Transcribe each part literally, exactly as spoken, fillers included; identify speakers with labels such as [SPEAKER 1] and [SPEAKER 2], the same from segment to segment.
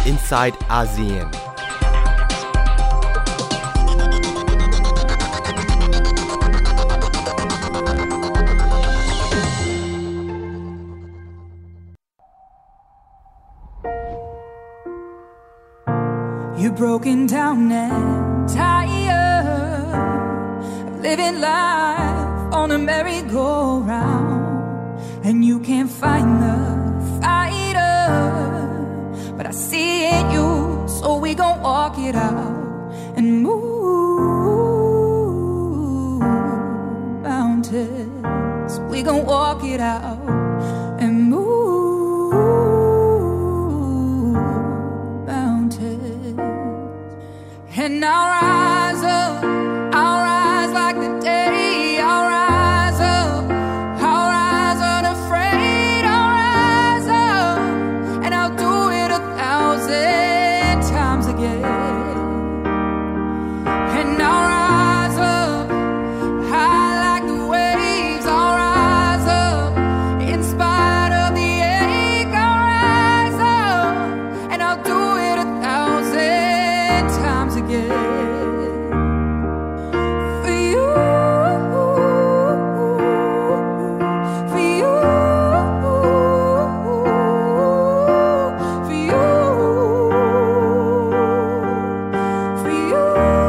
[SPEAKER 1] inside ASEAN.
[SPEAKER 2] You're broken down and tired of living life on a merry-go-round, and you can't find the fighter, but I see it in you, so we gon' walk it out and move mountains. We gon' walk it out and move mountains. And I'll rise up, I'll rise like the day, I'll rise up, I'll rise unafraid, I'll rise up, and I'll do it a thousand times again. And I'll rise up, high like the waves, I'll rise up, in spite of the ache, I'll rise up, and I'll do it a thousand times again. For you, for you, for you, for you.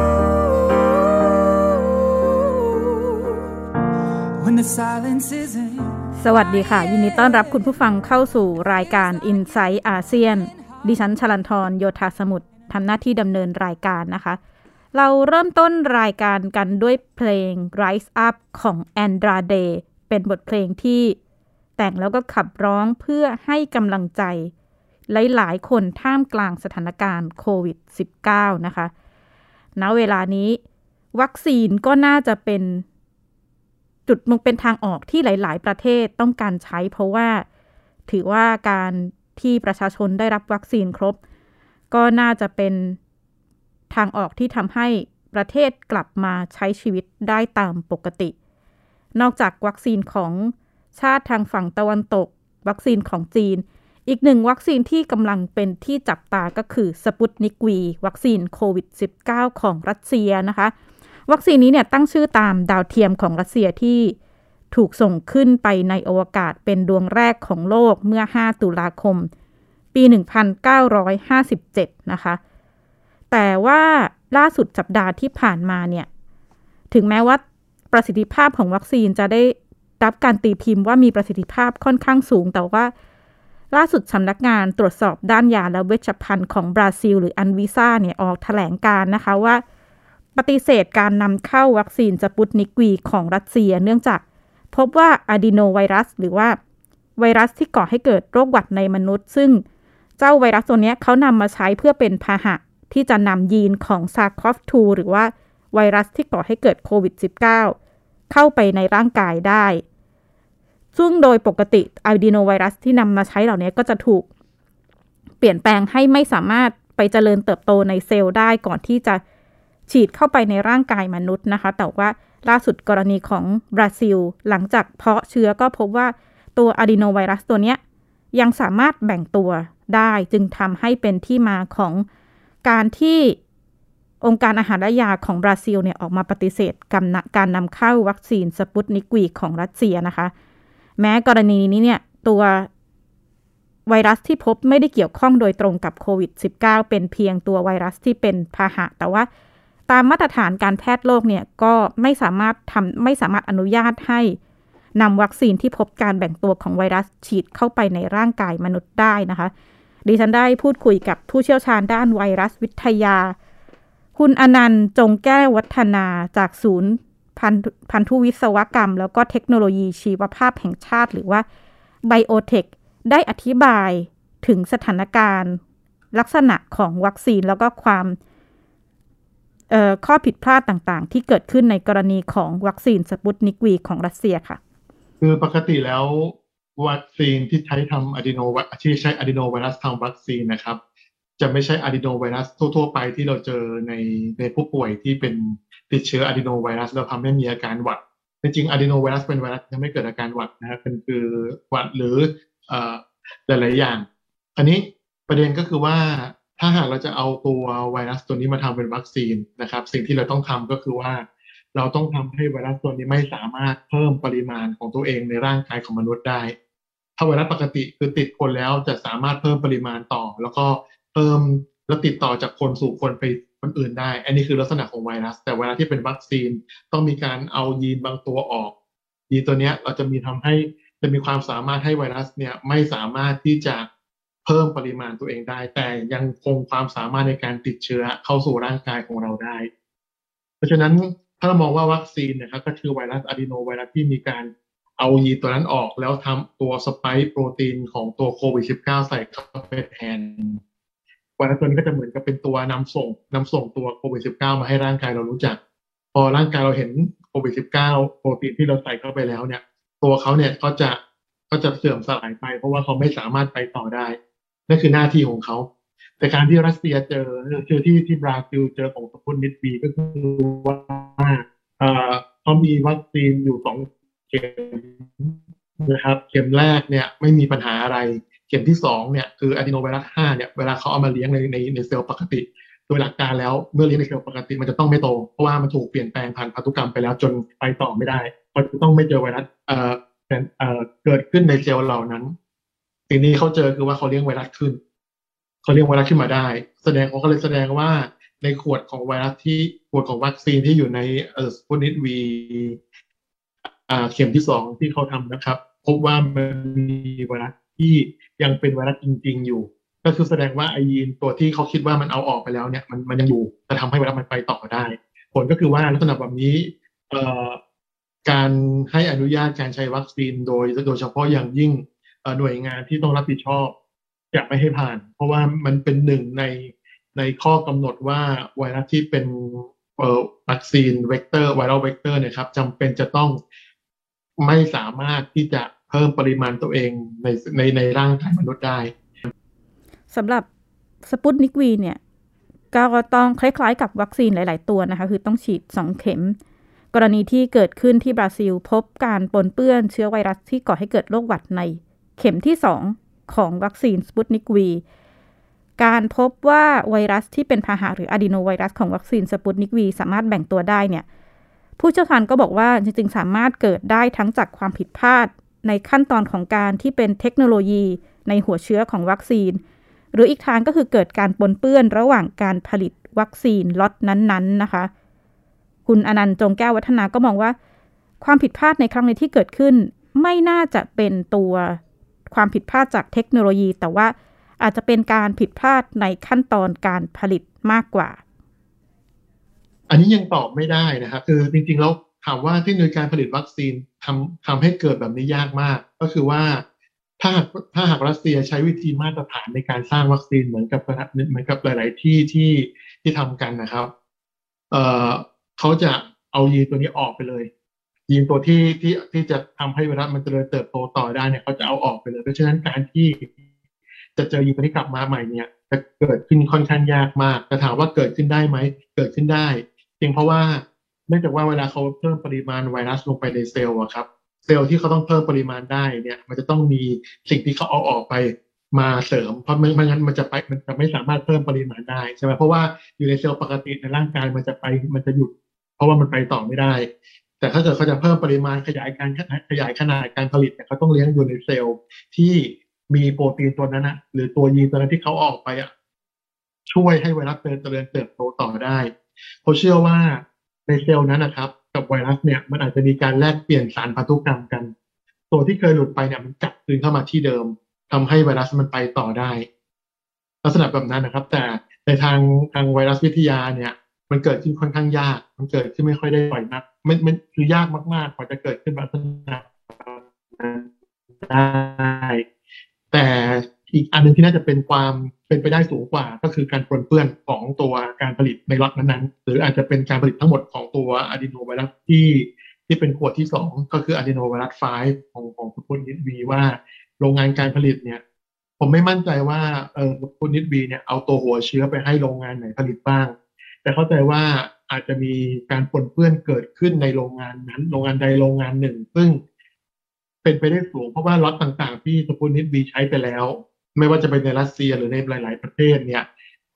[SPEAKER 2] When the silence isn't
[SPEAKER 3] สวัสดีค่ะยินดีต้อนรับคุณผู้ฟังเข้าสู่รายการ Inside อาเซียนดิฉันชลันทรโยธาสมุทรทำหน้าที่ดำเนินรายการนะคะเราเริ่มต้นรายการกันด้วยเพลง Rise Up ของ Andrade เป็นบทเพลงที่แต่งแล้วก็ขับร้องเพื่อให้กำลังใจหลายๆคนท่ามกลางสถานการณ์โควิด สิบเก้า นะคะณเวลานี้วัคซีนก็น่าจะเป็นจุดมุ่งเป็นทางออกที่หลายๆประเทศต้องการใช้เพราะว่าถือว่าการที่ประชาชนได้รับวัคซีนครบก็น่าจะเป็นทางออกที่ทำให้ประเทศกลับมาใช้ชีวิตได้ตามปกตินอกจากวัคซีนของชาติทางฝั่งตะวันตกวัคซีนของจีนอีกหนึ่งวัคซีนที่กำลังเป็นที่จับตาก็คือสปุตนิก วี วัคซีนโควิด สิบเก้า ของรัสเซียนะคะวัคซีนนี้เนี่ยตั้งชื่อตามดาวเทียมของรัสเซียที่ถูกส่งขึ้นไปในอวกาศเป็นดวงแรกของโลกเมื่อห้าตุลาคมปีหนึ่งพันเก้าร้อยห้าสิบเจ็ดนะคะแต่ว่าล่าสุดสัปดาห์ที่ผ่านมาเนี่ยถึงแม้ว่าประสิทธิภาพของวัคซีนจะได้รับการตีพิมพ์ว่ามีประสิทธิภาพค่อนข้างสูงแต่ว่าล่าสุดสำนักงานตรวจสอบด้านยาและเวชภัณฑ์ของบราซิลหรืออันวิซ่าเนี่ยออกแถลงการนะคะว่าปฏิเสธการนำเข้าวัคซีนสปุตนิก วี ของรัสเซียเนื่องจากพบว่าอะดีโนไวรัสหรือว่าไวรัสที่ก่อให้เกิดโรคหวัดในมนุษย์ซึ่งเจ้าไวรัสตัวนี้เขานำมาใช้เพื่อเป็นพาหะที่จะนำยีนของ ซาร์ส โคฟ ทู หรือว่าไวรัสที่ก่อให้เกิดโควิด สิบเก้า เข้าไปในร่างกายได้ซึ่งโดยปกติอะดีโนไวรัสที่นำมาใช้เหล่านี้ก็จะถูกเปลี่ยนแปลงให้ไม่สามารถไปเจริญเติบโตในเซลล์ได้ก่อนที่จะฉีดเข้าไปในร่างกายมนุษย์นะคะแต่ว่าล่าสุดกรณีของบราซิลหลังจากเพาะเชื้อก็พบว่าตัวอะดีโนไวรัสตัวนี้ยังสามารถแบ่งตัวได้จึงทำให้เป็นที่มาของการที่องค์การอาหารและยาของบราซิลเนี่ยออกมาปฏิเสธการนำเข้าวัคซีนสปุตนิก วี ของรัสเซียนะคะแม้กรณีนี้เนี่ยตัวไวรัสที่พบไม่ได้เกี่ยวข้องโดยตรงกับโควิด สิบเก้า เป็นเพียงตัวไวรัสที่เป็นพาหะแต่ว่าตามมาตรฐานการแพทย์โลกเนี่ยก็ไม่สามารถทำไม่สามารถอนุญาตให้นำวัคซีนที่พบการแบ่งตัวของไวรัสฉีดเข้าไปในร่างกายมนุษย์ได้นะคะดิฉันได้พูดคุยกับผู้เชี่ยวชาญด้านไวรัสวิทยาคุณอนันต์จงแก้ววัฒนาจากศูนย์พันพันธุวิศวกรรมแล้วก็เทคโนโลยีชีวภาพแห่งชาติหรือว่าไบโอเทคได้อธิบายถึงสถานการณ์ลักษณะของวัคซีนแล้วก็ความเอ่อข้อผิดพลาดต่างๆที่เกิดขึ้นในกรณีของวัคซีนสปุตนิก วี ของรัสเซียค่ะ
[SPEAKER 4] คือปกติแล้ววัคซีนที่ใช้ทำอะดีโนที่ใช้อะดีโนไวรัสทำวัคซีนนะครับจะไม่ใช่อะดีโนไวรัสทั่วๆไปที่เราเจอในในผู้ป่วยที่เป็นติดเชื้ออะดีโนไวรัสแล้วทำให้มีอาการหวัดจริงๆอะดีโนไวรัสเป็นไวรัสที่ทำให้เกิดอาการหวัดนะครับเป็นคือหวัดหรือเอ่อหลายๆอย่างอันนี้ประเด็นก็คือว่าถ้าหากเราจะเอาตัวไวรัสตัวนี้มาทำเป็นวัคซีนนะครับสิ่งที่เราต้องทำก็คือว่าเราต้องทำให้ไวรัสตัวนี้ไม่สามารถเพิ่มปริมาณของตัวเองในร่างกายของมนุษย์ได้ถ้าไวรัสปกติคือติดคนแล้วจะสามารถเพิ่มปริมาณต่อแล้วก็เพิ่มแล้วติดต่อจากคนสู่คนไปคนอื่นได้อันนี้คือลักษณะของไวรัสแต่เวลาที่เป็นวัคซีนต้องมีการเอายีนบางตัวออกยีนตัวนี้เราจะมีทำให้จะมีความสามารถให้ไวรัสเนี่ยไม่สามารถที่จะเพิ่มปริมาณตัวเองได้แต่ยังคงความสามารถในการติดเชื้อเข้าสู่ร่างกายของเราได้เพราะฉะนั้นถ้าเรามองว่าวัคซีนนะครับก็คือไวรัสอะดีโนไวรัสที่มีการเอายีนตัวนั้นออกแล้วทำตัวสไปค์โปรตีนของตัวโควิด สิบเก้า ใส่เข้าไปแทนไวรัสตัวนี้ก็จะเหมือนกับเป็นตัวนำส่งนำส่งตัวโควิด สิบเก้า มาให้ร่างกายเรารู้จักพอร่างกายเราเห็นโควิด สิบเก้า โปรตีนที่เราใส่เข้าไปแล้วเนี่ยตัวเขาเนี่ยก็จะก็จะเสื่อมสลายไปเพราะว่าเขาไม่สามารถไปต่อได้นั่นคือหน้าที่ของเขาแต่การที่รัสเซียเจอเจอที่ที่บราซิลเจอของสปุตนิก วีก็คือว่าเอ่อเขามีวัคซีนอยู่สองเข็มนะครับเข็มแรกเนี่ยไม่มีปัญหาอะไรเข็มที่สองเนี่ยคืออะดีโนไวรัสห้าเนี่ยเวลาเขาเอามาเลี้ยงในในในเซลล์ปกติโดยหลักการแล้วเมื่อเลี้ยงในเซลล์ปกติมันจะต้องไม่โตเพราะว่ามันถูกเปลี่ยนแปลงผ่านพันธุกรรมไปแล้วจนไปต่อไม่ได้เพราะจะต้องไม่เจอไวรัสเอ่อเอ่อเกิดขึ้นในเซลล์เหล่านั้นสิ่งนี้เขาเจอคือว่าเขาเลี้ยงไวรัสขึ้นเขาเลี้ยงไวรัสขึ้นมาได้แสดงเขาก็เลยแสดงว่าในขวดของไวรัสที่ขวดของวัคซีนที่อยู่ในเอ่อสปุตนิก วีอ่าเข็มที่สองที่เขาทำนะครับพบว่ามันมีไวรัสที่ยังเป็นไวรัสจริงๆอยู่ก็คือแสดงว่าไอยีนตัวที่เขาคิดว่ามันเอาออกไปแล้วเนี่ยมันมันยังอยู่จะทำให้ไวรัสมันไปต่อได้ผลก็คือว่าลักษณะแบบนี้เอ่อการให้อนุญาตการใช้วัคซีนโดยโดยเฉพาะอย่างยิ่งหน่วยงานที่ต้องรับผิดชอบจะไม่ให้ผ่านเพราะว่ามันเป็นหนึ่งในในข้อกำหนดว่าไวรัสที่เป็นเอ่อวัคซีนเวกเตอร์ไวรัลเวกเตอร์เนี่ยครับจำเป็นจะต้องไม่สามารถที่จะเพิ่มปริมาณตัวเองในในในร่างกายมนุษย์ได้
[SPEAKER 3] สำหรับสปุตนิก วีเนี่ยก็ต้องคล้ายๆกับวัคซีนหลายๆตัวนะคะคือต้องฉีดสองเข็มกรณีที่เกิดขึ้นที่บราซิลพบการปนเปื้อนเชื้อไวรัสที่ก่อให้เกิดโรคหวัดในเข็มที่สองของวัคซีนสปุตนิก วี การพบว่าไวรัสที่เป็นพาหะหรืออะดีโนไวรัสของวัคซีนสปุตนิก วี สามารถแบ่งตัวได้เนี่ยผู้เชี่ยวชาญก็บอกว่าจริงๆสามารถเกิดได้ทั้งจากความผิดพลาดในขั้นตอนของการที่เป็นเทคโนโลยีในหัวเชื้อของวัคซีนหรืออีกทางก็คือเกิดการปนเปื้อนระหว่างการผลิตวัคซีนล็อตนั้นๆนะคะคุณอนันต์จงแก้ววัฒนาก็มองว่าความผิดพลาดในครั้งนี้ที่เกิดขึ้นไม่น่าจะเป็นตัวความผิดพลาดจากเทคโนโลยีแต่ว่าอาจจะเป็นการผิดพลาดในขั้นตอนการผลิตมากกว่า
[SPEAKER 4] อันนี้ยังตอบไม่ได้นะครับคือจริงๆแล้วถามว่าเทคโนโลยีการผลิตวัคซีนทำทำให้เกิดแบบนี้ยากมากก็คือว่าถ้าถ้าหากรัสเซียใช้วิธีมาตรฐานในการสร้างวัคซีนเหมือนกับเหมือนกับหลายๆที่ที่ที่ทำกันนะครับเอ่อเขาจะเอายีนตัวนี้ออกไปเลยยีนตัวที่ที่ที่จะทำให้ไวรัสมันเจริญเติบโตต่อได้เนี่ยเขาจะเอาออกไปเลยเพราะฉะนั้นการที่จะเจอยีนตัวนี้กลับมาใหม่เนี่ยจะเกิดขึ้นค่อนข้างยากมากแต่ถามว่าเกิดขึ้นได้ไหมเกิดขึ้นได้เพียงเพราะว่าเนื่องจากว่าเวลาเขาเพิ่มปริมาณไวรัสลงไปในเซลล์อะครับเซลล์ที่เขาต้องเพิ่มปริมาณได้เนี่ยมันจะต้องมีสิ่งที่เขาเอาออกไปมาเสริมเพราะไม่งั้นมันจะไปมันจะไม่สามารถเพิ่มปริมาณได้ใช่ไหมเพราะว่าอยู่ในเซลล์ปกติในร่างกายมันจะไปมันจะหยุดเพราะว่ามันไปต่อไม่ได้แต่ถ้าเกิดเขาจะเพิ่มปริมาณขยายการขยายขนาดการผลิตเนี่ยเขาต้องเลี้ยงอยู่ในเซลล์ที่มีโปรตีนตัวนั้นนะหรือตัวยีนตัวนั้นที่เขาออกไปอ่ะช่วยให้ไวรัสเจริญเติบโตต่อได้เขาเชื่อว่าในเซลล์นั้นนะครับกับไวรัสเนี่ยมันอาจจะมีการแลกเปลี่ยนสารพันธุกรรมกันตัวที่เคยหลุดไปเนี่ยมันกลับคืนเข้ามาที่เดิมทำให้ไวรัสมันไปต่อได้ลักษณะแบบนั้นนะครับแต่ในทางทางไวรัสวิทยาเนี่ยมันเกิดขึ้นค่อนข้างยากมันเกิดขึ้นไม่ค่อยได้บ่อยนักไม่ไม่คือยากมากๆกว่าจะเกิดขึ้นลักษณะได้แต่อีกอันนึงที่น่าจะเป็นความเป็นไปได้สูงกว่าก็คือการปนเปื้อนของตัวการผลิตในล็อตนั้นๆหรืออาจจะเป็นการผลิตทั้งหมดของตัวอะดีโนไวรัสที่ที่เป็นขวดที่สองก็คืออะดีโนไวรัสไฟว์ของของสปุตนิก วี ว่าโรงงานการผลิตเนี่ยผมไม่มั่นใจว่าเออสปุตนิก วี เนี่ยเอาตัวหัวเชื้อไปให้โรงงานไหนผลิตบ้างแต่เข้าใจว่าอาจจะมีการปนเปื้อนเกิดขึ้นในโรงงานนั้นโรงงานใดโรงงานหนึ่งซึ่งเป็นไปได้สูงเพราะว่าล็อตต่างๆที่สปุตนิก วี ใช้ไปแล้วไม่ว่าจะเป็นในรัสเซียหรือในหลายๆประเทศเนี่ย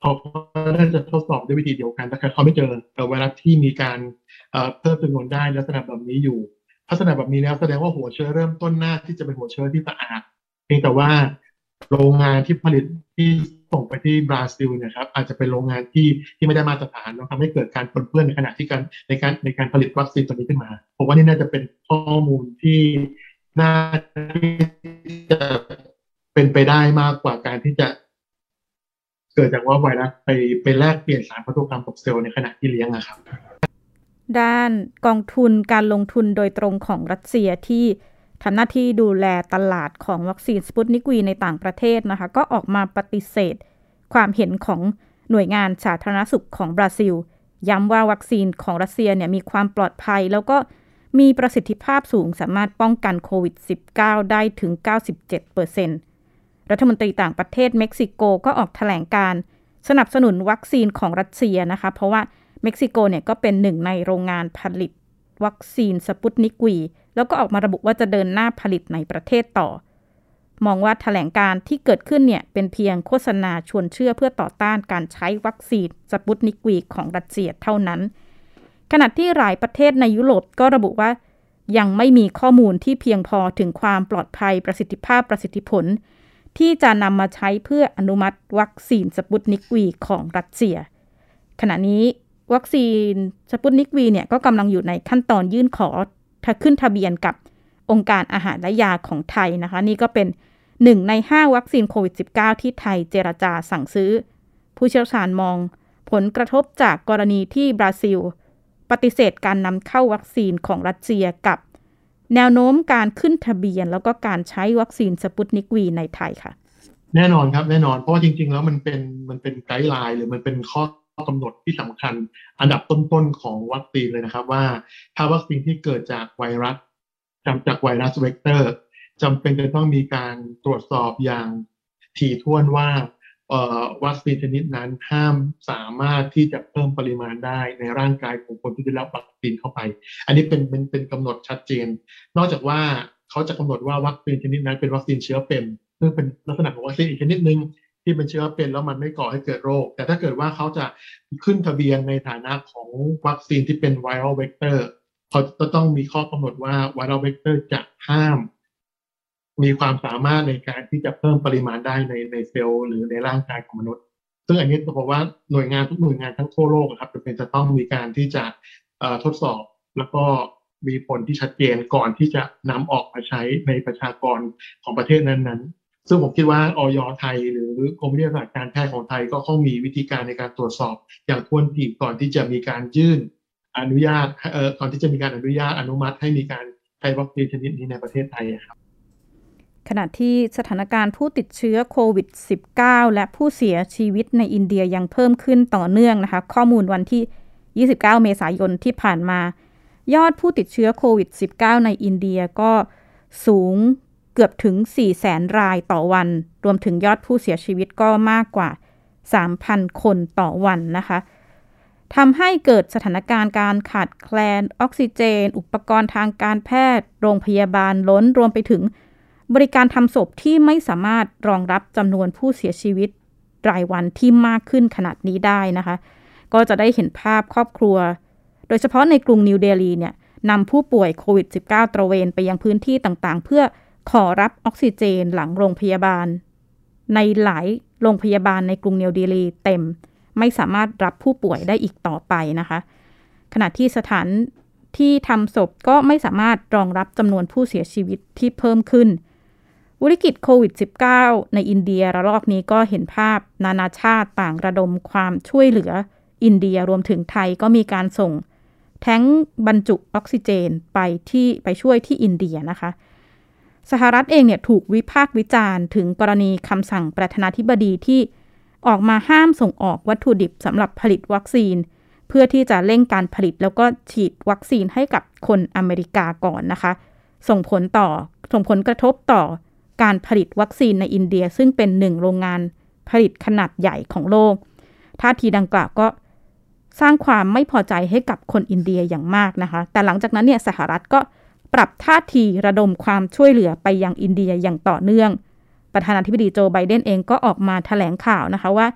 [SPEAKER 4] เขาก็จะทดสอบด้วยวิธีเดียวกันแต่เขาไม่เจอไวรัสที่มีการเพิ่มจำนวนได้ลักษณะแบบนี้อยู่ลักษณะแบบนี้แล้วแสดงว่าหัวเชื้อเริ่มต้นน่าที่จะเป็นหัวเชื้อที่สะอาดเพียงแต่ว่าโรงงานที่ผลิตที่ส่งไปที่บราซิลเนี่ยครับอาจจะเป็นโรงงานที่ที่ไม่ได้มาตรฐานทำให้เกิดการปนเปื้อนในขณะที่การในการในการผลิตวัคซีนตัวนี้ขึ้นมาผมว่านี่น่าจะเป็นข้อมูลที่น่าจะเป็นไปได้มากกว่าการที่จะเกิดจากว่าไวรัสไปไปแลกเปลี่ยนสารพันธุกรรมกับเซลล์ในขณะที่เลี้ยงนะครับ
[SPEAKER 3] ด้านกองทุนการลงทุนโดยตรงของรัสเซียที่ทำหน้าที่ดูแลตลาดของวัคซีนสปุตนิก วี ในต่างประเทศนะคะก็ออกมาปฏิเสธความเห็นของหน่วยงานสาธารณสุขของบราซิลย้ำว่าวัคซีนของรัสเซียเนี่ยมีความปลอดภัยแล้วก็มีประสิทธิภาพสูงสามารถป้องกันโควิด สิบเก้า ได้ถึง เก้าสิบเจ็ดเปอร์เซ็นต์ รัฐมนตรีต่างประเทศเม็กซิโกก็ออกแถลงการสนับสนุนวัคซีนของรัสเซียนะคะเพราะว่าเม็กซิโกเนี่ยก็เป็นหนึ่งในโรงงานผลิตวัคซีนสปุตนิก วี แล้วก็ออกมาระบุว่าจะเดินหน้าผลิตในประเทศต่อมองว่าแถลงการที่เกิดขึ้นเนี่ยเป็นเพียงโฆษณาชวนเชื่อเพื่อต่อต้านการใช้วัคซีนสปุตนิก วี ของรัสเซียเท่านั้นขณะที่หลายประเทศในยุโรปก็ระบุว่ายังไม่มีข้อมูลที่เพียงพอถึงความปลอดภัยประสิทธิภาพประสิทธิผลที่จะนำมาใช้เพื่ออนุมัติวัคซีนสปุตนิก วี ของรัสเซียขณะนี้วัคซีนสปุตนิก วี เนี่ยก็กำลังอยู่ในขั้นตอนยื่นขอขึ้นทะเบียนกับองค์การอาหารและยาของไทยนะคะนี่ก็เป็นหนึ่งในห้าวัคซีนโควิด สิบเก้า ที่ไทยเจรจาสั่งซื้อผู้เชี่ยวชาญมองผลกระทบจากกรณีที่บราซิลปฏิเสธการนำเข้าวัคซีนของรัสเซียกับแนวโน้มการขึ้นทะเบียนแล้วก็การใช้วัคซีนสปุตนิก วี ในไทยค่ะ
[SPEAKER 4] แน่นอนครับแน่นอนเพราะว่าจริงๆแล้วมันเป็นมันเป็นไกด์ไลน์หรือมันเป็นข้อกำหนดที่สำคัญอันดับต้นๆของวัคซีนเลยนะครับว่าถ้าวัคซีนที่เกิดจากไวรัสจำจากไวรัสเวกเตอร์จำเป็นจะต้องมีการตรวจสอบอย่างถี่ถ้วนว่าวัคซีนชนิดนั้นห้ามสามารถที่จะเพิ่มปริมาณได้ในร่างกายของคนที่ได้รับวัคซีนเข้าไปอันนี้เป็นเป็นเป็นกำหนดชัดเจนนอกจากว่าเขาจะกำหนดว่าวัคซีนชนิดนั้นเป็นวัคซีนเชื้อเป็นซึ่งเป็นลักษณะของวัคซีนอีกชนิดนึงที่เป็นเชื้อเป็นแล้วมันไม่ก่อให้เกิดโรคแต่ถ้าเกิดว่าเขาจะขึ้นทะเบียนในฐานะของวัคซีนที่เป็นไวรัลเวกเตอร์เขาจะต้องมีข้อกำหนดว่าไวรัลเวกเตอร์จะห้ามมีความสามารถในการที่จะเพิ่มปริมาณได้ในในเซลล์หรือในร่างกายของมนุษย์ซึ่งอันนี้ผมว่าหน่วยงานทุกหน่วยงานทั้งทั่วโลกครับจำเป็นจะต้องมีการที่จะทดสอบแล้วก็มีผลที่ชัดเจนก่อนที่จะนำออกมาใช้ในประชากรของประเทศนั้นๆซึ่งผมคิดว่าอย.ไทยหรือกรมวิทยาศาสตร์การแพทย์ของไทยก็คงมีวิธีการในการตรวจสอบอย่างถ้วนถี่ก่อนที่จะมีการยื่นอนุญาตเอ่อก่อนที่จะมีการอนุญาตอนุมัติให้มีการใช้วัคซีนชนิดนี้ในประเทศไทยครับ
[SPEAKER 3] ขณะที่สถานการณ์ผู้ติดเชื้อโควิด สิบเก้า และผู้เสียชีวิตในอินเดียยังเพิ่มขึ้นต่อเนื่องนะคะข้อมูลวันที่ยี่สิบเก้าเมษายนที่ผ่านมายอดผู้ติดเชื้อโควิด สิบเก้า ในอินเดียก็สูงเกือบถึง สี่แสน รายต่อวันรวมถึงยอดผู้เสียชีวิตก็มากกว่า สามพัน คนต่อวันนะคะทำให้เกิดสถานการณ์การขาดแคลนออกซิเจนอุปกรณ์ทางการแพทย์โรงพยาบาลล้นรวมไปถึงบริการทำศพที่ไม่สามารถรองรับจำนวนผู้เสียชีวิตรายวันที่มากขึ้นขนาดนี้ได้นะคะก็จะได้เห็นภาพครอบครัวโดยเฉพาะในกรุงนิวเดลีเนี่ยนำผู้ป่วยโควิด สิบเก้า ตระเวนไปยังพื้นที่ต่างๆเพื่อขอรับออกซิเจนหลังโรงพยาบาลในหลายโรงพยาบาลในกรุงนิวเดลีเต็มไม่สามารถรับผู้ป่วยได้อีกต่อไปนะคะขณะที่สถานที่ทำศพก็ไม่สามารถรองรับจำนวนผู้เสียชีวิตที่เพิ่มขึ้นวิกฤตโควิด สิบเก้า ในอินเดียระลอกนี้ก็เห็นภาพนานาชาติต่างระดมความช่วยเหลืออินเดียรวมถึงไทยก็มีการส่งแท้งบรรจุออกซิเจนไปที่ไปช่วยที่อินเดียนะคะสหรัฐเองเนี่ยถูกวิพากษ์วิจารณ์ถึงกรณีคำสั่งประธานาธิบดีที่ออกมาห้ามส่งออกวัตถุดิบสำหรับผลิตวัคซีนเพื่อที่จะเร่งการผลิตแล้วก็ฉีดวัคซีนให้กับคนอเมริกาก่อนนะคะส่งผลต่อส่งผลกระทบต่อการผลิตวัคซีนในอินเดียซึ่งเป็นหนึ่งโรงงานผลิตขนาดใหญ่ของโลกท่าทีดังกล่าวก็สร้างความไม่พอใจให้กับคนอินเดียอย่างมากนะคะแต่หลังจากนั้นเนี่ยสหรัฐก็ปรับท่าทีระดมความช่วยเหลือไปยังอินเดียอย่างต่อเนื่องประธานาธิบดีโจไบเดนเองก็ออกมาแถลงข่าวนะคะว่า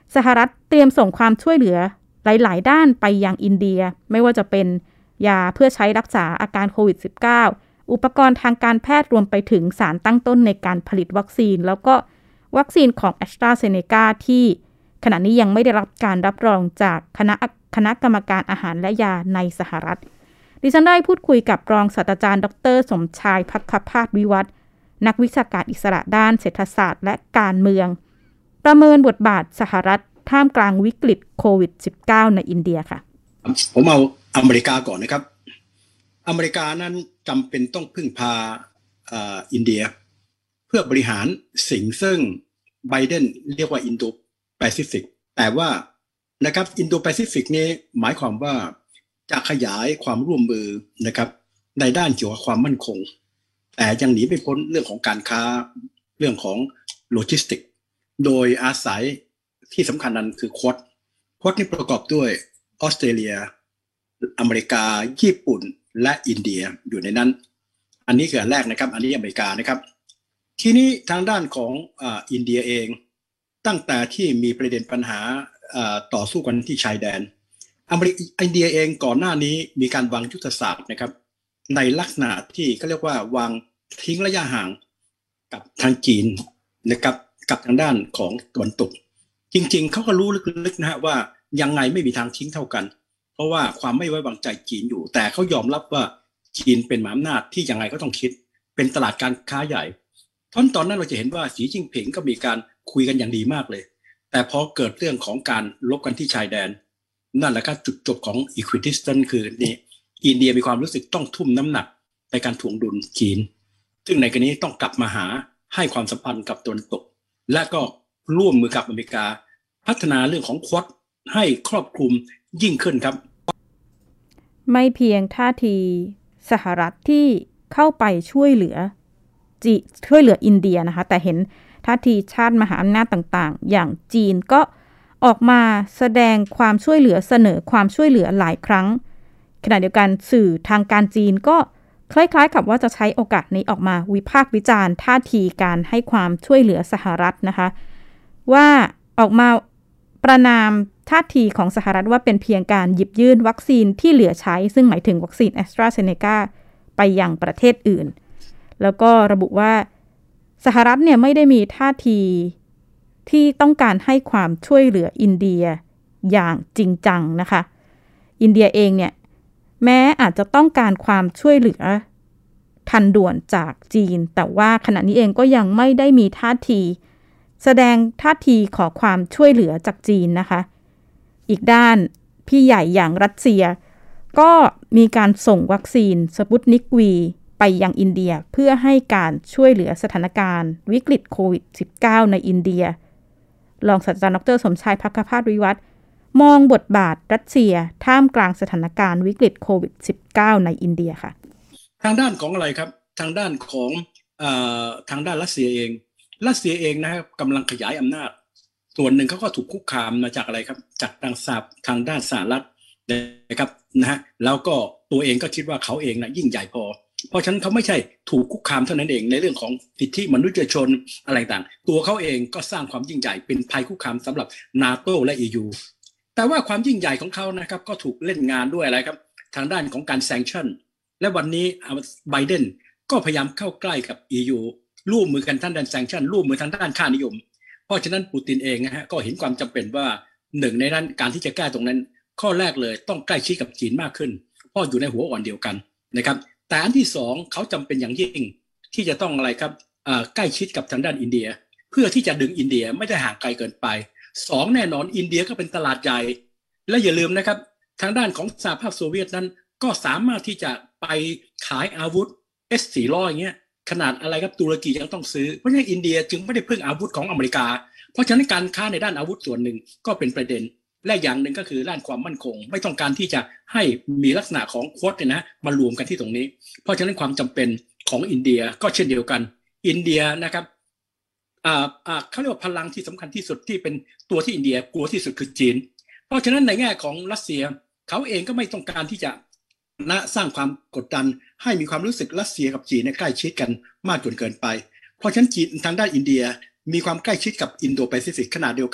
[SPEAKER 3] สหรัฐเตรียมส่งความช่วยเหลือหลายๆด้านไปยังอินเดียไม่ว่าจะเป็นยาเพื่อใช้รักษาอาการโควิด สิบเก้า อุปกรณ์ทางการแพทย์รวมไปถึงสารตั้งต้นในการผลิตวัคซีนแล้วก็วัคซีนของ AstraZeneca ที่ขณะนี้ยังไม่ได้รับการรับรองจากคณะคณะกรรมการอาหารและยาในสหรัฐดิฉันได้พูดคุยกับรองศาสตราจารย์ดรสมชายภัคพาสวิวัฒน์นักวิชาการอิสระด้านเศรษฐศาสตร์และการเมืองประเมินบทบาทสหรัฐท่ามกลางวิกฤตโควิด สิบเก้า ในอินเดียค่ะ
[SPEAKER 1] ผมเอาอเมริกาก่อนนะครับอเมริกานั้นจำเป็นต้องพึ่งพาอ่าอินเดียเพื่อบริหารสิ่งซึ่งไบเดนเรียกว่าอินโดแปซิฟิกแต่ว่านะครับอินโดแปซิฟิกนี้หมายความว่าจะขยายความร่วมมือนะครับในด้านเกี่ยวกับความมั่นคงแต่ยังหนีไม่พ้นเรื่องของการค้าเรื่องของโลจิสติกโดยอาศัยที่สำคัญนั้นคือควอดควอดนี่ประกอบด้วยออสเตรเลียอเมริกาญี่ปุ่นและอินเดียอยู่ในนั้นอันนี้คืออันแรกนะครับอันนี้อเมริกานะครับทีนี้ทางด้านของอ่าอินเดียเองตั้งแต่ที่มีประเด็นปัญหาอ่าต่อสู้กันที่ชายแดนอเมริกาอินเดียเองก่อนหน้านี้มีการวางยุทธศาสตร์นะครับในลักษณะที่เขาเรียกว่าวางทิ้งระยะห่างกับทางจีนนะครับกับทางด้านของตะวันตกจริงๆเขาก็รู้ลึกๆนะฮะว่ายังไงไม่มีทางทิ้งเท่ากันเพราะว่าความไม่ไว้วางใจจีนอยู่แต่เขายอมรับว่าจีนเป็นมหาอำนาจที่ยังไงก็ต้องคิดเป็นตลาดการค้าใหญ่ตอนตอนนั้นเราจะเห็นว่าสีจิ้งผิงก็มีการคุยกันอย่างดีมากเลยแต่พอเกิดเรื่องของการลบกันที่ชายแดนนั่นแหละครับจุดจบของ equidistant คือนี่อินเดียมีความรู้สึกต้องทุ่มน้ำหนักในการถ่วงดุลจีนซึ่งในกรณีต้องกลับมาหาให้ความสัมพันธ์กับตะวันตกและก็ร่วมมือกับอเมริกาพัฒนาเรื่องของควอดให้ครอบคลุมยิ่งขึ้นครับ
[SPEAKER 3] ไม่เพียงท่าทีสหรัฐที่เข้าไปช่วยเหลือจีช่วยเหลืออินเดียนะคะแต่เห็นท่าทีชาติมหาอำนาจต่างๆอย่างจีนก็ออกมาแสดงความช่วยเหลือเสนอความช่วยเหลือหลายครั้งขณะเดียวกันสื่อทางการจีนก็คล้ายๆกับว่าจะใช้โอกาสนี้ออกมาวิพากษ์วิจารณ์ท่าทีการให้ความช่วยเหลือสหรัฐนะคะว่าออกมาประณามท่าทีของสหรัฐว่าเป็นเพียงการหยิบยื่นวัคซีนที่เหลือใช้ซึ่งหมายถึงวัคซีน AstraZeneca ไปยังประเทศอื่นแล้วก็ระบุว่าสหรัฐเนี่ยไม่ได้มีท่าทีที่ต้องการให้ความช่วยเหลืออินเดียอย่างจริงจังนะคะอินเดียเองเนี่ยแม้อาจจะต้องการความช่วยเหลือทันด่วนจากจีนแต่ว่าขณะนี้เองก็ยังไม่ได้มีท่าทีแสดงท่าทีขอความช่วยเหลือจากจีนนะคะอีกด้านพี่ใหญ่อย่างรัสเซียก็มีการส่งวัคซีนสปุตนิก วี ไปยังอินเดียเพื่อให้การช่วยเหลือสถานการณ์วิกฤตโควิด สิบเก้า ในอินเดียรองศาสตราจารย์ดรสมชายภัคพาสวิวัฒน์มองบทบาทรัสเซียท่ามกลางสถานการณ์วิกฤตโควิด สิบเก้า ในอินเดียค่ะ
[SPEAKER 1] ทางด้านของอะไรครับทางด้านของเอ่อทางด้านรัสเซียเองรัสเซียเองนะครับกำลังขยายอำนาจส่วนหนึ่งเขาก็ถูกคุกคามมาจากอะไรครับจากทางสหทางด้านสหรัฐนะครับนะฮะแล้วก็ตัวเองก็คิดว่าเขาเองนะยิ่งใหญ่พอเพราะฉะนั้นเขาไม่ใช่ถูกคุกคามเท่านั้นเองในเรื่องของสิทธิมนุษยชนอะไรต่างตัวเขาเองก็สร้างความยิ่งใหญ่เป็นภัยคุกคามสำหรับ NATO และ อี ยู แต่ว่าความยิ่งใหญ่ของเขานะครับก็ถูกเล่นงานด้วยอะไรครับทางด้านของการแซงชั่นและวันนี้ไบเดนก็พยายามเข้าใกล้กับ อี ยู ร่วมมือกันทางด้านแซงชั่นร่วมมือทางด้านค่านิยมเพราะฉะนั้นปูตินเองนะฮะก็เห็นความจำเป็นว่าหนึ่งในด้านการที่จะแก้ตรงนั้นข้อแรกเลยต้องใกล้ชิดกับจีนมากขึ้นเพราะอยู่ในหัวอ่อนเดียวกันนะครับแต่อันที่สองเขาจำเป็นอย่างยิ่งที่จะต้องอะไรครับใกล้ชิดกับทางด้านอินเดียเพื่อที่จะดึงอินเดียไม่ได้ห่างไกลเกินไปสองแน่นอนอินเดียก็เป็นตลาดใหญ่และอย่าลืมนะครับทางด้านของสหภาพโซเวียตนั้นก็สามารถที่จะไปขายอาวุธ เอส สี่ร้อย อย่างเงี้ยขนาดอะไรครับตุรกียังต้องซื้อเพราะฉะนั้นอินเดียจึงไม่ได้พึ่งอาวุธของอเมริกาเพราะฉะนั้นการค้าในด้านอาวุธส่วนหนึ่งก็เป็นประเด็นและอย่างหนึ่งก็คือด้านความมั่นคงไม่ต้องการที่จะให้มีลักษณะของควอดเนี่ยนะมารวมกันที่ตรงนี้เพราะฉะนั้นความจำเป็นของอินเดียก็เช่นเดียวกันอินเดียนะครับอ่าอ่าเขาเรียกว่าพลังที่สำคัญที่สุดที่เป็นตัวที่อินเดียกลัวที่สุดคือจีนเพราะฉะนั้นในแง่ของรัสเซียเขาเองก็ไม่ต้องการที่จะนะสร้างความกดดันให้มีความรู้สึกรัสเซียกับจีนใกล้ชิดกันมากจนเกินไปเพราะฉะนั้นจีนทางด้านอินเดียมีความใกล้ชิดกับอินโดแปซิฟิกขนาดเดียวกัน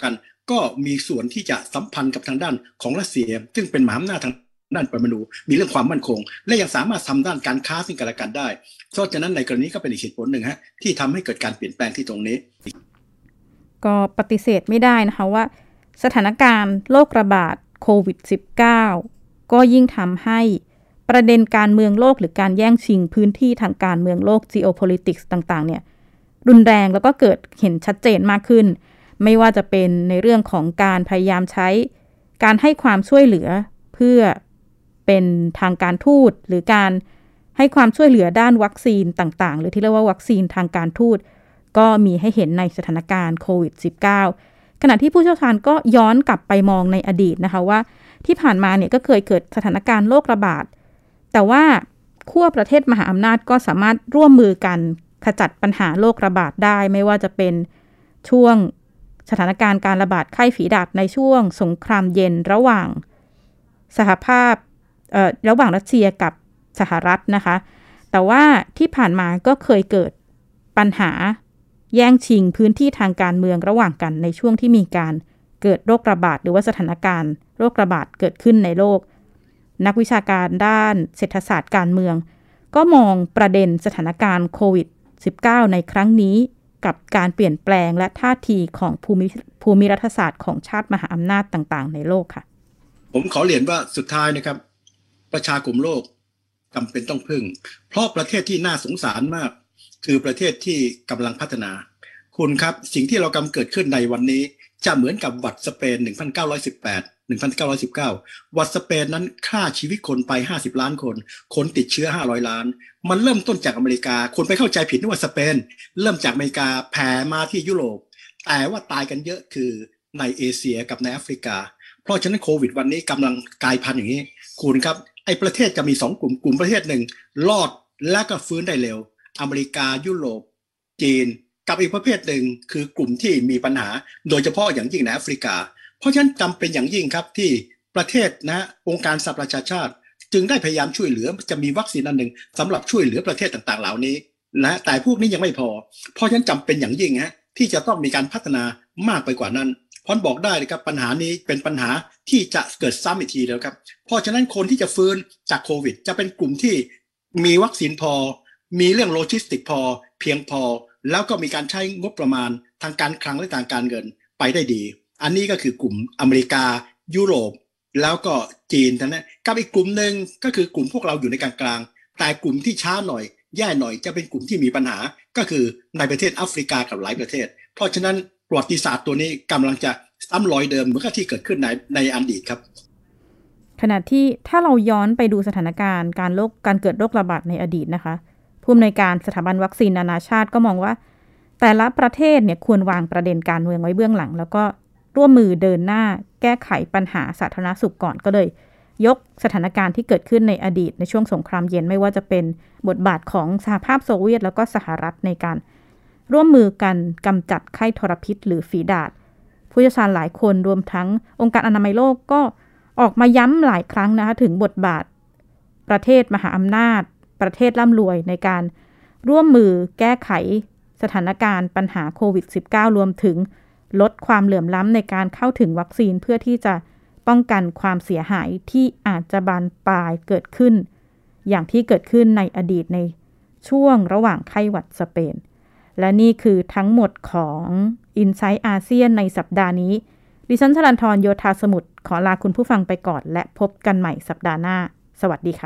[SPEAKER 1] ก็มีส่วนที่จะสัมพันธ์กับทางด้านของรัสเซียซึ่งเป็นมหาอำนาจทางด้านปรมาณูมีเรื่องความมั่นคงและยังสามารถทำด้านการค้าซึ่งกันและกันได้เพราะฉะนั้นในกรณีก็เป็นอีกเหตุผลหนึ่งฮะที่ทำให้เกิดการเปลี่ยนแปลงที่ตรงนี้
[SPEAKER 3] ก็ปฏิเสธไม่ได้นะคะว่าสถานการณ์โรคระบาดโควิด สิบเก้า ก็ยิ่งทำให้ประเด็นการเมืองโลกหรือการแย่งชิงพื้นที่ทางการเมืองโลก geopolitics ต่างๆเนี่ยรุนแรงแล้วก็เกิดเห็นชัดเจนมากขึ้นไม่ว่าจะเป็นในเรื่องของการพยายามใช้การให้ความช่วยเหลือเพื่อเป็นทางการทูตหรือการให้ความช่วยเหลือด้านวัคซีนต่างๆหรือที่เรียกว่าวัคซีนทางการทูตก็มีให้เห็นในสถานการณ์โควิด สิบเก้า ขณะที่ผู้เชี่ยวชาญก็ย้อนกลับไปมองในอดีตนะคะว่าที่ผ่านมาเนี่ยก็เคยเกิดสถานการณ์โรคระบาดแต่ว่าขั้วประเทศมหาอำนาจก็สามารถร่วมมือกันขจัดปัญหาโรคระบาดได้ไม่ว่าจะเป็นช่วงสถานการณ์การระบาดไข้ฝีดาษในช่วงสงครามเย็นระหว่างสหภาพเอ่อระหว่างรัสเซียกับสหรัฐนะคะแต่ว่าที่ผ่านมาก็เคยเกิดปัญหาแย่งชิงพื้นที่ทางการเมืองระหว่างกันในช่วงที่มีการเกิดโรคระบาดหรือว่าสถานการณ์โรคระบาดเกิดขึ้นในโลกนักวิชาการด้านเศรษฐศาสตร์การเมืองก็มองประเด็นสถานการณ์โควิด สิบเก้า ในครั้งนี้กับการเปลี่ยนแปลงและท่าทีของภูมิภูมิรัฐศาสตร์ของชาติมหาอำนาจต่างๆในโลกค่ะ
[SPEAKER 1] ผมขอเรียนว่าสุดท้ายนะครับประชากลุ่มโลกจำเป็นต้องพึ่งเพราะประเทศที่น่าสงสารมากคือประเทศที่กำลังพัฒนาคุณครับสิ่งที่เรากำลังเกิดขึ้นในวันนี้จะเหมือนกับหวัดสเปนหนึ่งพันเก้าร้อยสิบแปด หนึ่งพันเก้าร้อยสิบเก้าหวัดสเปนนั้นฆ่าชีวิตคนไปห้าสิบล้านคนคนติดเชื้อห้าร้อยล้านมันเริ่มต้นจากอเมริกาคนไปเข้าใจผิดนึกว่าสเปนเริ่มจากอเมริกาแผ่มาที่ยุโรปแต่ว่าตายกันเยอะคือในเอเชียกับในแอฟริกาเพราะฉะนั้นโควิดวันนี้กำลังกลายพันธุ์อย่างนี้คุณครับไอ้ประเทศจะมีสองกลุ่มกลุ่มประเทศหนึ่งรอดและก็ฟื้นได้เร็วอเมริกายุโรปจีนกับอีกประเภทหนึ่งคือกลุ่มที่มีปัญหาโดยเฉพาะอย่างยิ่งในแอฟริกาเพราะฉะนั้นจำเป็นอย่างยิ่งครับที่ประเทศนะองค์การสหประชาชาติจึงได้พยายามช่วยเหลือจะมีวัคซีนอันหนึ่งสำหรับช่วยเหลือประเทศต่างๆเหล่านี้นะแต่พวกนี้ยังไม่พอเพราะฉะนั้นจำเป็นอย่างยิ่งฮะที่จะต้องมีการพัฒนามากไปกว่านั้นเพราะบอกได้เลยครับปัญหานี้เป็นปัญหาที่จะเกิดซ้ำอีกทีแล้วครับเพราะฉะนั้นคนที่จะฟื้นจากโควิดจะเป็นกลุ่มที่มีวัคซีนพอมีเรื่องโลจิสติกพอเพียงพอแล้วก็มีการใช้งบประมาณทางการคลังและทางการเงินไปได้ดีอันนี้ก็คือกลุ่มอเมริกายุโรปแล้วก็จีนทั้งนั้นกับอีกกลุ่มหนึ่งก็คือกลุ่มพวกเราอยู่ในกลางๆแต่กลุ่มที่ช้าหน่อยแย่หน่อยจะเป็นกลุ่มที่มีปัญหาก็คือในประเทศแอฟริกากับหลายประเทศเพราะฉะนั้นประวัติศาสตร์ตัวนี้กำลังจะซ้ำรอยเดิมเหมือนกับที่เกิดขึ้นในในอดีตครับ
[SPEAKER 3] ขณะที่ถ้าเราย้อนไปดูสถานการณ์การโรคการเกิดโรคระบาดในอดีตนะคะผู้อำนวยการสถาบันวัคซีนนานาชาติก็มองว่าแต่ละประเทศเนี่ยควรวางประเด็นการเมืองไว้เบื้องหลังแล้วก็ร่วมมือเดินหน้าแก้ไขปัญหาสาธารณสุขก่อนก็เลยยกสถานการณ์ที่เกิดขึ้นในอดีตในช่วงสงครามเย็นไม่ว่าจะเป็นบทบาทของสหภาพโซเวียตแล้วก็สหรัฐในการร่วมมือกันกำจัดไข้ทรพิษหรือฝีดาษผู้เชี่ยวชาญหลายคนรวมทั้งองค์การอนามัยโลกก็ออกมาย้ำหลายครั้งนะคะถึงบทบาทประเทศมหาอำนาจประเทศร่ำรวยในการร่วมมือแก้ไขสถานการณ์ปัญหาโควิด สิบเก้า รวมถึงลดความเหลื่อมล้ำในการเข้าถึงวัคซีนเพื่อที่จะป้องกันความเสียหายที่อาจจะบานปลายเกิดขึ้นอย่างที่เกิดขึ้นในอดีตในช่วงระหว่างไข้หวัดสเปนและนี่คือทั้งหมดของ Insight อาเซียนในสัปดาห์นี้ดิฉันชลันทรโยธาสมุทรขอลาคุณผู้ฟังไปก่อนและพบกันใหม่สัปดาห์หน้าสวัสดีค่ะ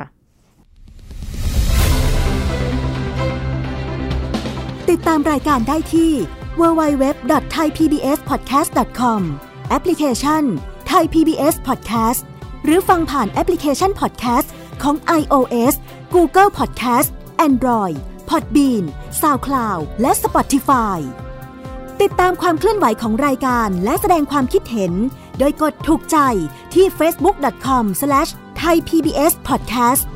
[SPEAKER 5] ติดตามรายการได้ที่ ดับเบิลยู ดับเบิลยู ดับเบิลยู ดอท ไทย พี บี เอส พอดแคสต์ ดอท คอม แอปพลิเคชัน Thai พี บี เอส Podcast หรือฟังผ่านแอปพลิเคชัน Podcast ของ iOS Google Podcast Android Podbean SoundCloud และ Spotify ติดตามความเคลื่อนไหวของรายการและแสดงความคิดเห็นโดยกดถูกใจที่ เฟซบุ๊ก ดอท คอม สแลช ไทย พี บี เอส พอดแคสต์